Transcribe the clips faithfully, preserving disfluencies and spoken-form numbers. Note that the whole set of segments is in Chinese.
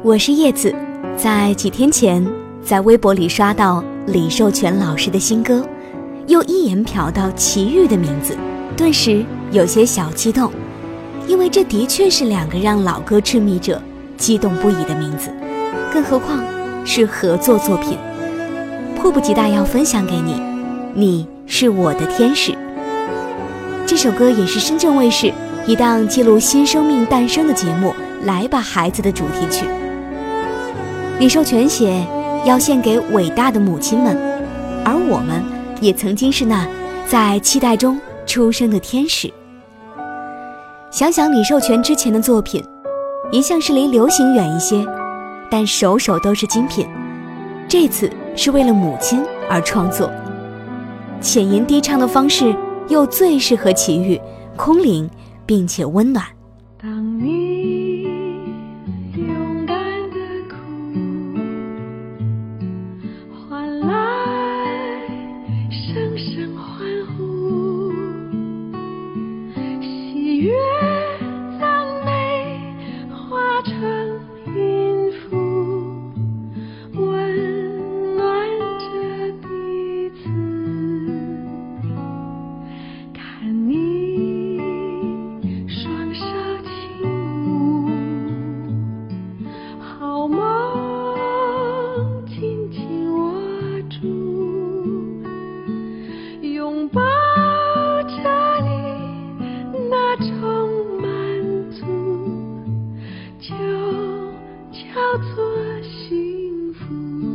我是叶子，在几天前在微博里刷到李寿全老师的新歌，又一眼瞟到齐豫的名字，顿时有些小激动，因为这的确是两个让老歌痴迷者激动不已的名字，更何况是合作作品，迫不及待要分享给你。你是我的天使。这首歌也是深圳卫视一档记录新生命诞生的节目《来吧孩子》的主题曲。李寿全写要献给伟大的母亲们，而我们也曾经是那在期待中出生的天使。想想李寿全之前的作品，一向是离流行远一些，但首首都是精品。这次是为了母亲而创作，浅吟低唱的方式又最适合齐豫，空灵并且温暖。 当你勇敢地哭，换来声声欢呼，喜悦赞美化成音符，温暖着彼此。看你双手轻舞，好梦紧紧握住，拥抱着你那种满足，就叫做幸福。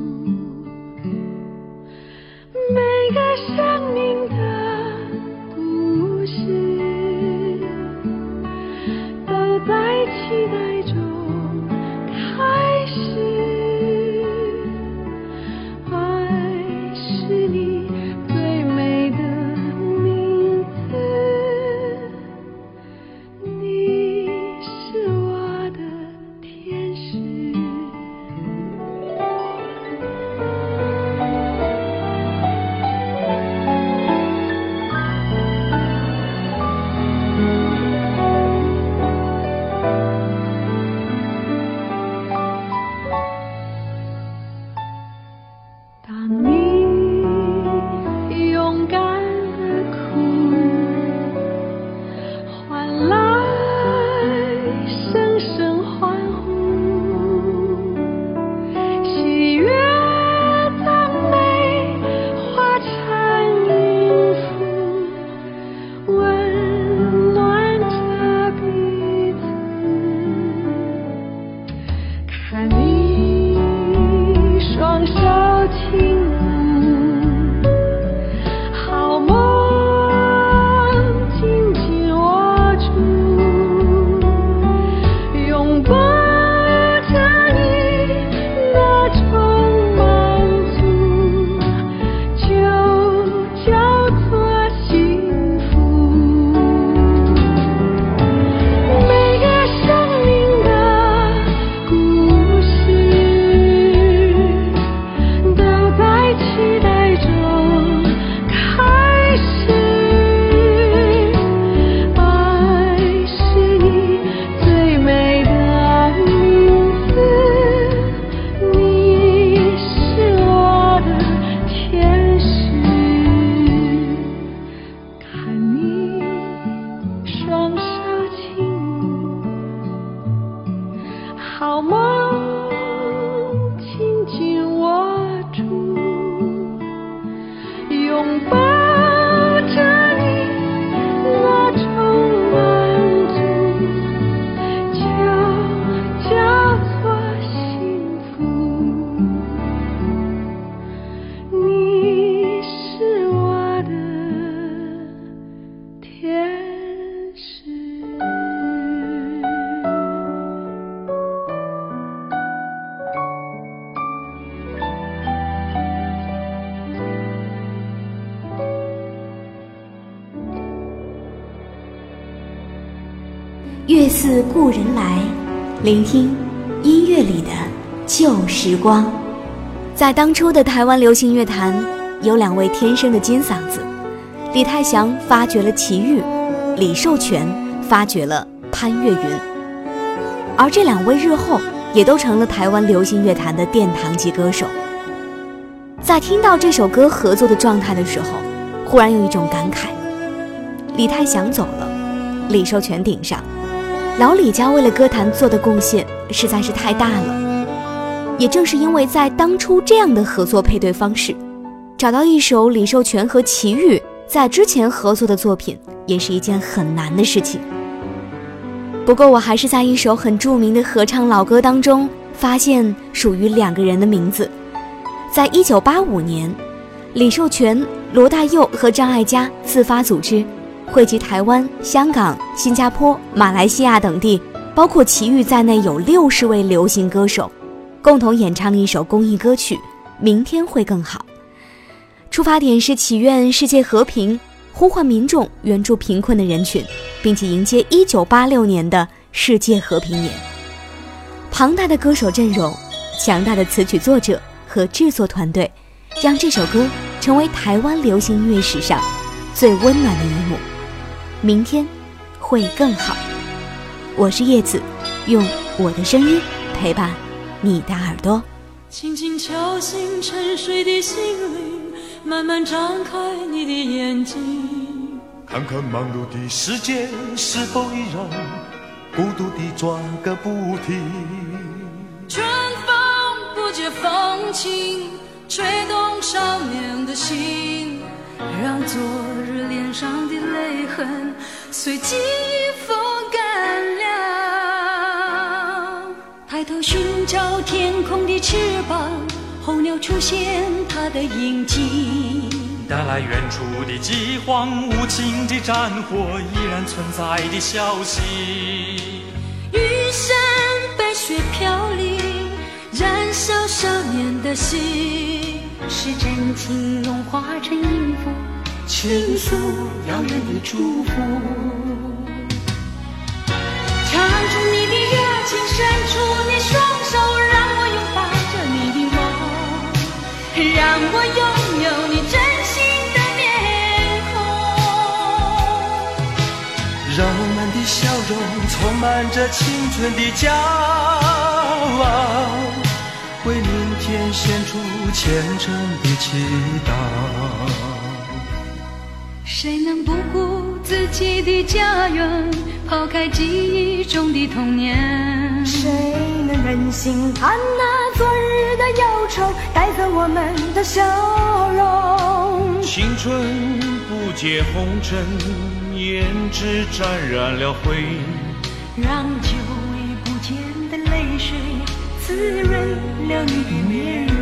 每个生命的故事都在期待中开始，爱是你最美的名字，你是我的天使。当你勇敢地哭，换来声声欢呼，喜悦赞美化成音符，温暖着彼此。看你双手轻舞，好梦紧紧握住，拥抱着你那种满足，就叫做幸福。每个生命的故事都在期待中开始，爱是你最美的名字，你是我的天使。看你双手轻舞，好梦紧紧握住，拥抱着你那种满足，就叫做幸福。你是我的天使。 月似故人来，聆听音乐里的旧时光。在当初的台湾流行乐坛，有两位天生的金嗓子，李泰祥发掘了齐豫，李寿全发掘了潘越云。而这两位日后也都成了台湾流行乐坛的殿堂级歌手。在听到这首歌合作的状态的时候，忽然有一种感慨，李泰祥走了，李寿全顶上，老李家为了歌坛做的贡献实在是太大了。也正是因为在当初这样的合作配对方式，找到一首李寿全和齐豫在之前合作的作品也是一件很难的事情。不过我还是在一首很著名的合唱老歌当中发现属于两个人的名字。在一九八五年，李寿全、罗大佑和张艾嘉自发组织，汇集台湾、香港、新加坡、马来西亚等地，包括齐豫在内有六十位流行歌手，共同演唱一首公益歌曲《明天会更好》。出发点是祈愿世界和平，呼唤民众援助贫困的人群，并且迎接一九八六年的世界和平年。庞大的歌手阵容，强大的词曲作者和制作团队，让这首歌成为台湾流行音乐史上最温暖的一幕。明天会更好。我是叶子，用我的声音陪伴你的耳朵。 轻轻敲醒沉睡的心灵，慢慢张开你的眼睛， 看看忙碌的世界是否依然孤独地转个不停。 春风不解风情，吹动少年的心，让昨日脸上的泪痕随记忆风干了。抬头寻找天空的翅膀，候鸟出现它的影迹， 带来远处的饥荒，无情的战火依然存在的消息。 玉山白雪飘零，燃烧少年的心， 是真情融化成音符，倾诉遥远的祝福。 唱出你的热情，伸出你双手，让我拥抱着你的梦，让我拥有你真心的面孔， 让我们的笑容充满着青春的骄傲，为明天献出虔诚的祈祷。 谁能不顾自己的家园，抛开记忆中的童年？ 谁能忍心看那昨日的忧愁带走我们的笑容？ 青春不解红尘，胭脂沾染了灰， 让久已不见的泪水滋润了你的面容。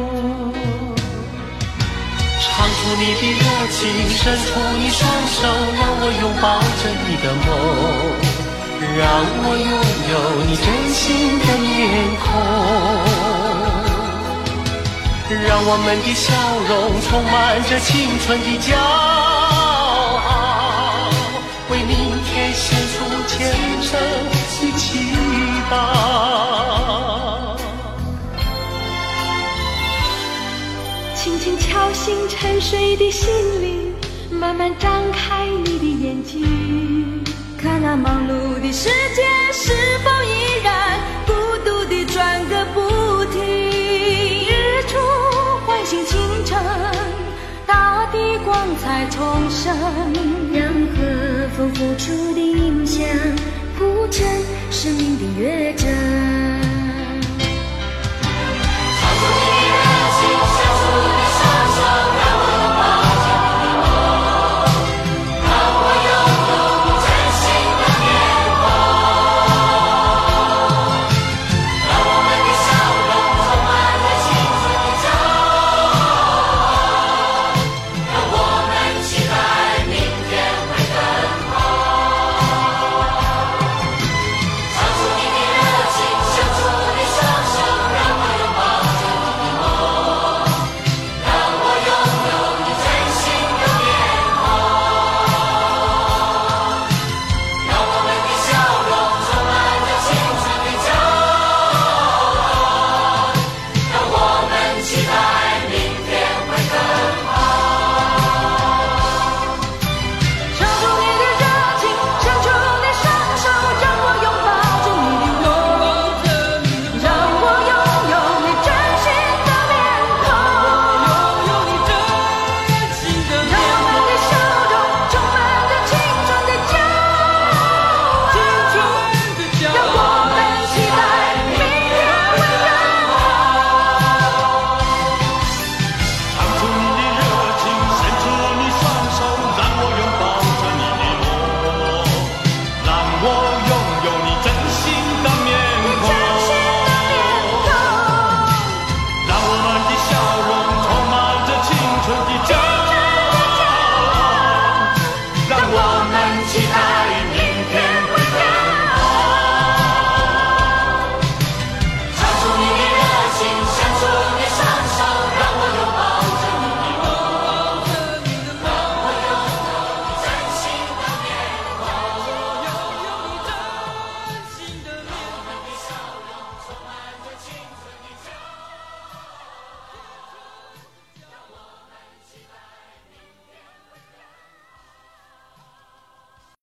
唱出你的热情，伸出你双手，让我拥抱着你的梦，让我拥有你真心的面孔，让我们的笑容充满着青春的骄傲，为明天献出虔诚的祈祷。 轻轻敲醒沉睡的心灵，慢慢张开你的眼睛， 看那忙碌的世界是否依然孤独地转个不停。日出唤醒清晨，大地光彩重生， 让和风付出的影响铺成生命的乐章。